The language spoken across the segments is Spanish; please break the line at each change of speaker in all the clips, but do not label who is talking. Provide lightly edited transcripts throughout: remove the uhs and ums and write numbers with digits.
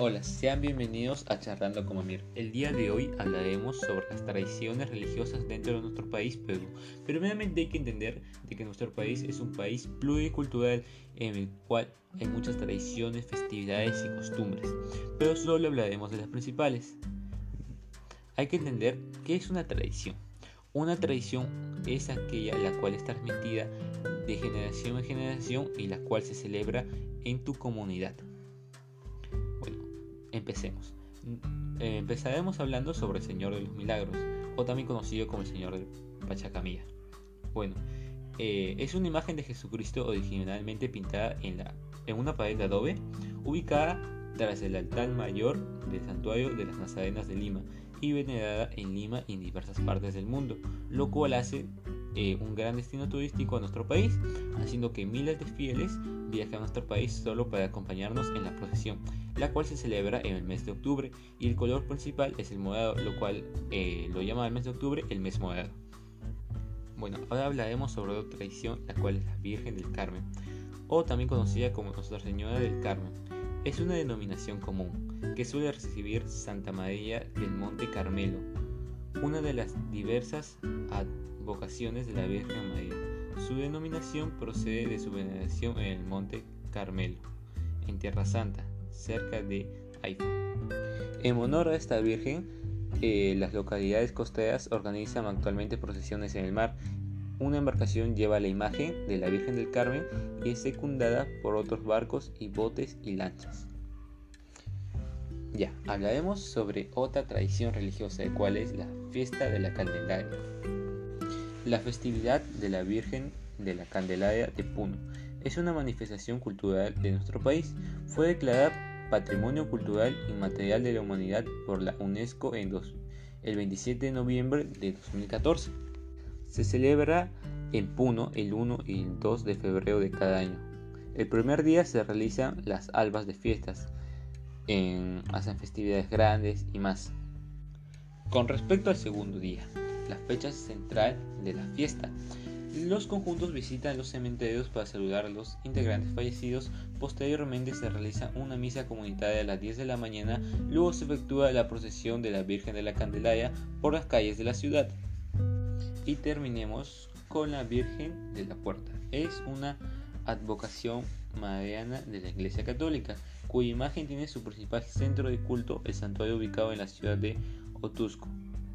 Hola, sean bienvenidos a Charlando con Amir. El día de hoy hablaremos sobre las tradiciones religiosas dentro de nuestro país, Perú. Pero primeramente hay que entender de que nuestro país es un país pluricultural en el cual hay muchas tradiciones, festividades y costumbres, pero solo hablaremos de las principales. Hay que entender qué es una tradición. Una tradición es aquella la cual es transmitida de generación en generación y la cual se celebra en tu comunidad. Empecemos. Empezaremos hablando sobre el Señor de los Milagros, o también conocido como el Señor de Pachacamilla. Es una imagen de Jesucristo originalmente pintada en una pared de adobe, ubicada tras el altar mayor del Santuario de las Nazarenas de Lima y venerada en Lima y en diversas partes del mundo, lo cual hace un gran destino turístico a nuestro país, haciendo que miles de fieles viajen a nuestro país solo para acompañarnos en la procesión, la cual se celebra en el mes de octubre, y el color principal es el morado, lo cual lo llama el mes de octubre el mes morado. Ahora hablaremos sobre otra tradición, la cual es la Virgen del Carmen, o también conocida como Nuestra Señora del Carmen. Es una denominación común que suele recibir Santa María del Monte Carmelo, una de las diversas advocaciones de la Virgen María. Su denominación procede de su veneración en el Monte Carmelo, en Tierra Santa, cerca de Haifa. En honor a esta Virgen, las localidades costeras organizan actualmente procesiones en el mar. Una embarcación lleva la imagen de la Virgen del Carmen y es secundada por otros barcos y botes y lanchas. Hablaremos sobre otra tradición religiosa, de cuál es la fiesta de la Candelaria. La festividad de la Virgen de la Candelaria de Puno es una manifestación cultural de nuestro país. Fue declarada Patrimonio Cultural Inmaterial de la Humanidad por la UNESCO el 27 de noviembre de 2014. Se celebra en Puno el 1 y el 2 de febrero de cada año. El primer día se realizan las albas de fiestas, hacen festividades grandes y más. Con respecto al segundo día, la fecha central de la fiesta, los conjuntos visitan los cementerios para saludar a los integrantes fallecidos. Posteriormente se realiza una misa comunitaria a las 10 de la mañana. Luego se efectúa la procesión de la Virgen de la Candelaria por las calles de la ciudad. Y terminemos con la Virgen de la Puerta. Es una advocación mariana de la Iglesia Católica, cuya imagen tiene su principal centro de culto, el santuario ubicado en la ciudad de Otusco.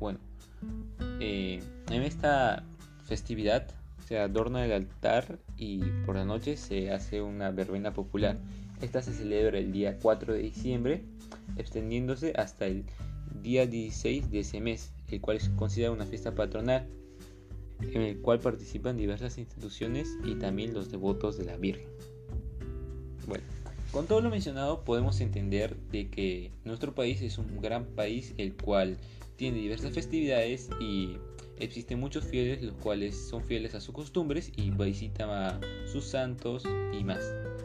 En esta festividad se adorna el altar y por la noche se hace una verbena popular. Esta se celebra el día 4 de diciembre, extendiéndose hasta el día 16 de ese mes, el cual se considera una fiesta patronal, en el cual participan diversas instituciones y también los devotos de la Virgen. Con todo lo mencionado podemos entender de que nuestro país es un gran país, el cual tiene diversas festividades y existen muchos fieles, los cuales son fieles a sus costumbres y visitan a sus santos y más.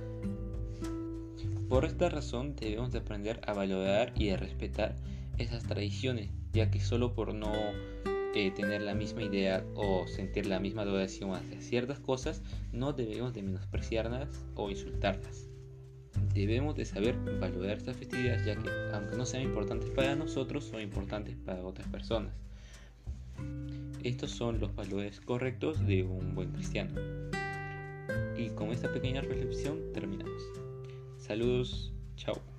Por esta razón debemos de aprender a valorar y a respetar esas tradiciones, ya que solo por no tener la misma idea o sentir la misma adoración hacia ciertas cosas, no debemos de menospreciarlas o insultarlas. Debemos de saber valorar estas festividades, ya que aunque no sean importantes para nosotros, son importantes para otras personas. Estos son los valores correctos de un buen cristiano. Y con esta pequeña reflexión terminamos. Saludos, chao.